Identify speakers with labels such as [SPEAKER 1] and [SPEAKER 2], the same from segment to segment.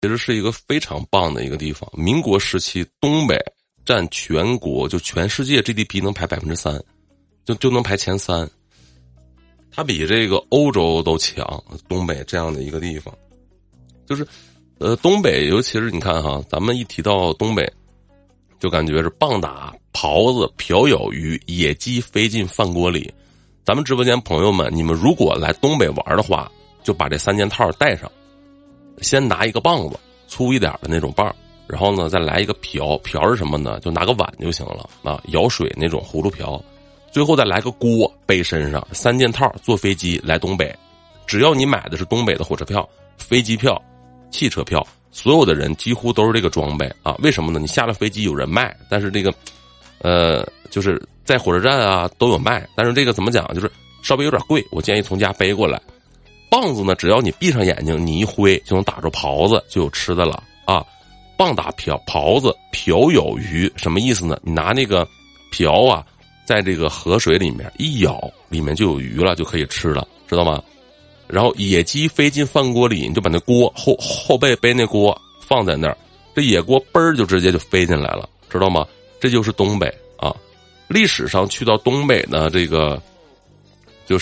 [SPEAKER 1] 其实是一个非常棒的一个地方。民国时期，东北占全国就全世界 GDP 能排3%，就能排前3。它比这个欧洲都强。东北这样的一个地方，就是东北，尤其是你看哈，咱们一提到东北，就感觉是棒打、狍子、瓢舀鱼、野鸡飞进饭锅里。咱们直播间朋友们，你们如果来东北玩的话，就把这3件套带上。先拿一个棒子，粗一点的那种棒，然后呢再来一个瓢，瓢是什么呢？就拿个碗就行了啊，舀水那种葫芦瓢。最后再来个锅背身上，3件套坐飞机来东北。只要你买的是东北的火车票、飞机票、汽车票，所有的人几乎都是这个装备啊。为什么呢？你下了飞机有人卖，但是这个就是在火车站啊都有卖，但是这个怎么讲，就是稍微有点贵，我建议从家背过来。棒子呢，只要你闭上眼睛，你一挥就能打着狍子，就有吃的了啊！棒打狍子，瓢舀鱼，什么意思呢？你拿那个瓢啊，在这个河水里面一舀，里面就有鱼了，就可以吃了，知道吗？然后野鸡飞进饭锅里，你就把那锅后背背那锅放在那儿，这野锅嘣儿就直接就飞进来了，知道吗？这就是东北啊！历史上去到东北呢，这个就是。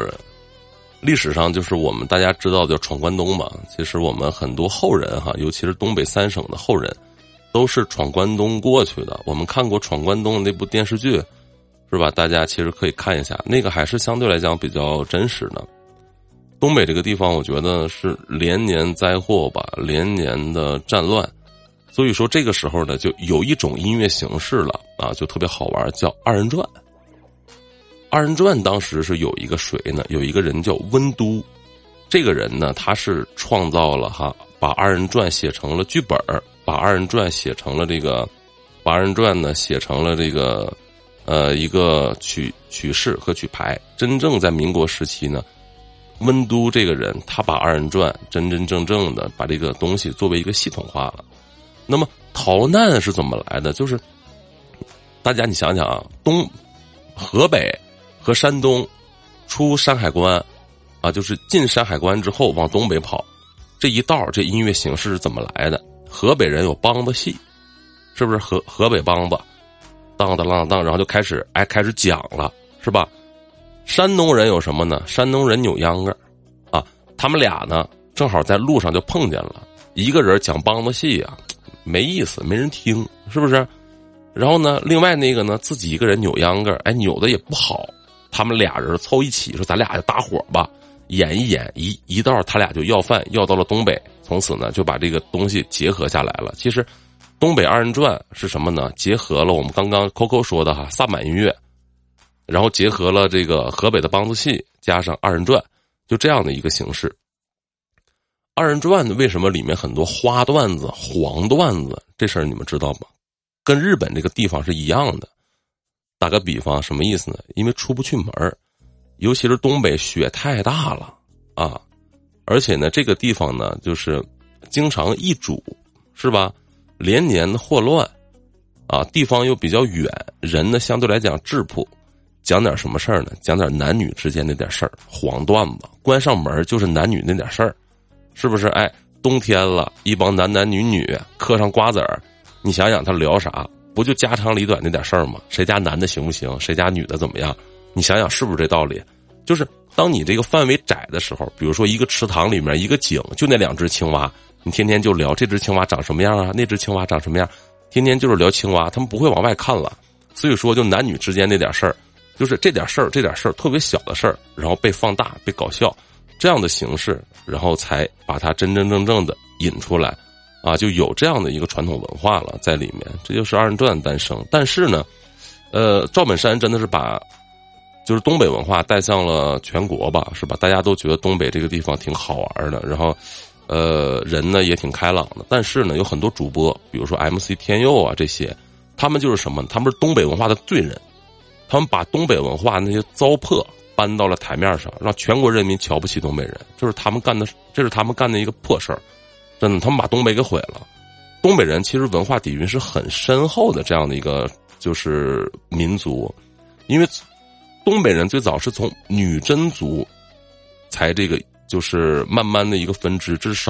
[SPEAKER 1] 历史上就是我们大家知道的闯关东嘛，其实我们很多后人哈，尤其是东北3省的后人，都是闯关东过去的。我们看过闯关东那部电视剧，是吧？大家其实可以看一下，那个还是相对来讲比较真实的。东北这个地方，我觉得是连年灾祸吧，连年的战乱，所以说这个时候呢，就有一种音乐形式了啊，就特别好玩，叫2人转。2人转当时是有一个谁呢？有一个人叫温都，这个人呢，他是创造了把2人转写成了剧本，把2人转写成了这个，把2人转呢写成了这个，一个曲式和曲牌。真正在民国时期呢，温都这个人，他把2人转真真正正的把这个东西作为一个系统化了。那么逃难是怎么来的？就是大家你想想啊，河北和山东出山海关啊，就是进山海关之后往东北跑，这一道这音乐形式是怎么来的？河北人有梆子戏，是不是河北梆子当当当当，然后就开始讲了，是吧？山东人有什么呢？山东人扭秧歌啊，他们俩呢正好在路上就碰见了，一个人讲梆子戏啊，没意思，没人听，是不是？然后呢，另外那个呢自己一个人扭秧歌，扭的也不好。他们俩人凑一起说：“咱俩就搭伙吧，演一演，一道他俩就要饭，要到了东北。从此呢，就把这个东西结合下来了。其实，东北2人转是什么呢？结合了我们刚刚 Coco 说的萨满音乐，然后结合了这个河北的梆子戏，加上2人转，就这样的一个形式。2人转为什么里面很多花段子、黄段子？这事儿你们知道吗？跟日本这个地方是一样的。打个比方，什么意思呢？因为出不去门，尤其是东北雪太大了啊，而且呢，这个地方呢，就是经常易主，是吧？连年的霍乱啊，地方又比较远，人呢相对来讲质朴，讲点什么事儿呢？讲点男女之间那点事儿，黄段子，关上门就是男女那点事儿，是不是？冬天了，一帮男男女女嗑上瓜子儿，你想想他聊啥？不就家长里短那点事儿吗？谁家男的行不行？谁家女的怎么样？你想想是不是这道理？就是当你这个范围窄的时候，比如说一个池塘里面一个井，就那2只青蛙，你天天就聊这只青蛙长什么样啊，那只青蛙长什么样，天天就是聊青蛙，他们不会往外看了。所以说，就男女之间那点事儿，就是这点事儿特别小的事儿，然后被放大、被搞笑这样的形式，然后才把它真真正正的引出来。啊，就有这样的一个传统文化了在里面，这就是2人转诞生。但是呢，赵本山真的是把就是东北文化带向了全国吧，是吧？大家都觉得东北这个地方挺好玩的，然后人呢也挺开朗的。但是呢，有很多主播，比如说 MC 天佑啊这些，他们就是什么？他们是东北文化的罪人，他们把东北文化那些糟粕搬到了台面上，让全国人民瞧不起东北人，这是他们干的一个破事儿。真的，他们把东北给毁了。东北人其实文化底蕴是很深厚的，这样的一个就是民族，因为东北人最早是从女真族才这个就是慢慢的一个分支，至少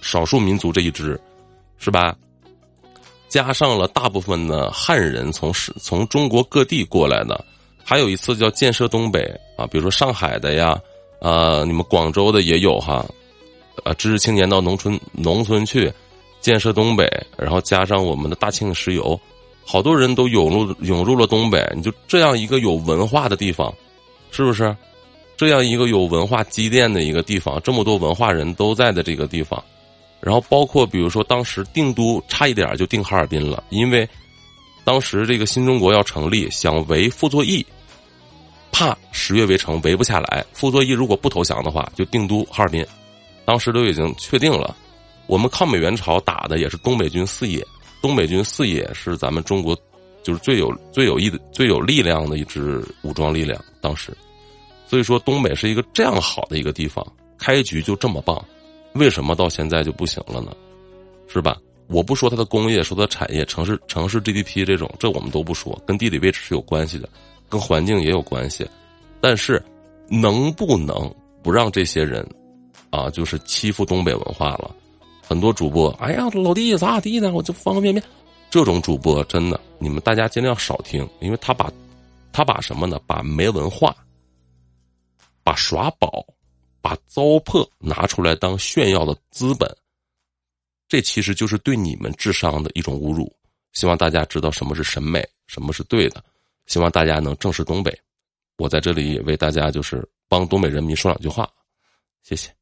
[SPEAKER 1] 少数民族这一支，是吧？加上了大部分的汉人从中国各地过来的，还有一次叫建设东北啊，比如说上海的呀，你们广州的也有哈，知识青年到农村去建设东北，然后加上我们的大庆石油，好多人都涌入了东北。你就这样一个有文化的地方，是不是？这样一个有文化积淀的一个地方，这么多文化人都在的这个地方，然后包括比如说当时定都差一点就定哈尔滨了，因为当时这个新中国要成立，想围傅作义，怕10月围城围不下来，傅作义如果不投降的话，就定都哈尔滨。当时都已经确定了。我们抗美援朝打的也是东北军四野，东北军四野是咱们中国就是最有力量的一支武装力量，当时。所以说东北是一个这样好的一个地方，开局就这么棒，为什么到现在就不行了呢？是吧？我不说它的工业，说它的产业，城市 GDP 这种，这我们都不说，跟地理位置是有关系的，跟环境也有关系。但是能不能不让这些人啊，就是欺负东北文化了？很多主播，哎呀，老弟咋地呢？我就方方面面，这种主播真的，你们大家尽量少听，因为他把什么呢？把没文化，把耍宝，把糟粕拿出来当炫耀的资本，这其实就是对你们智商的一种侮辱。希望大家知道什么是审美，什么是对的，希望大家能正视东北。我在这里也为大家就是帮东北人民说两句话，谢谢。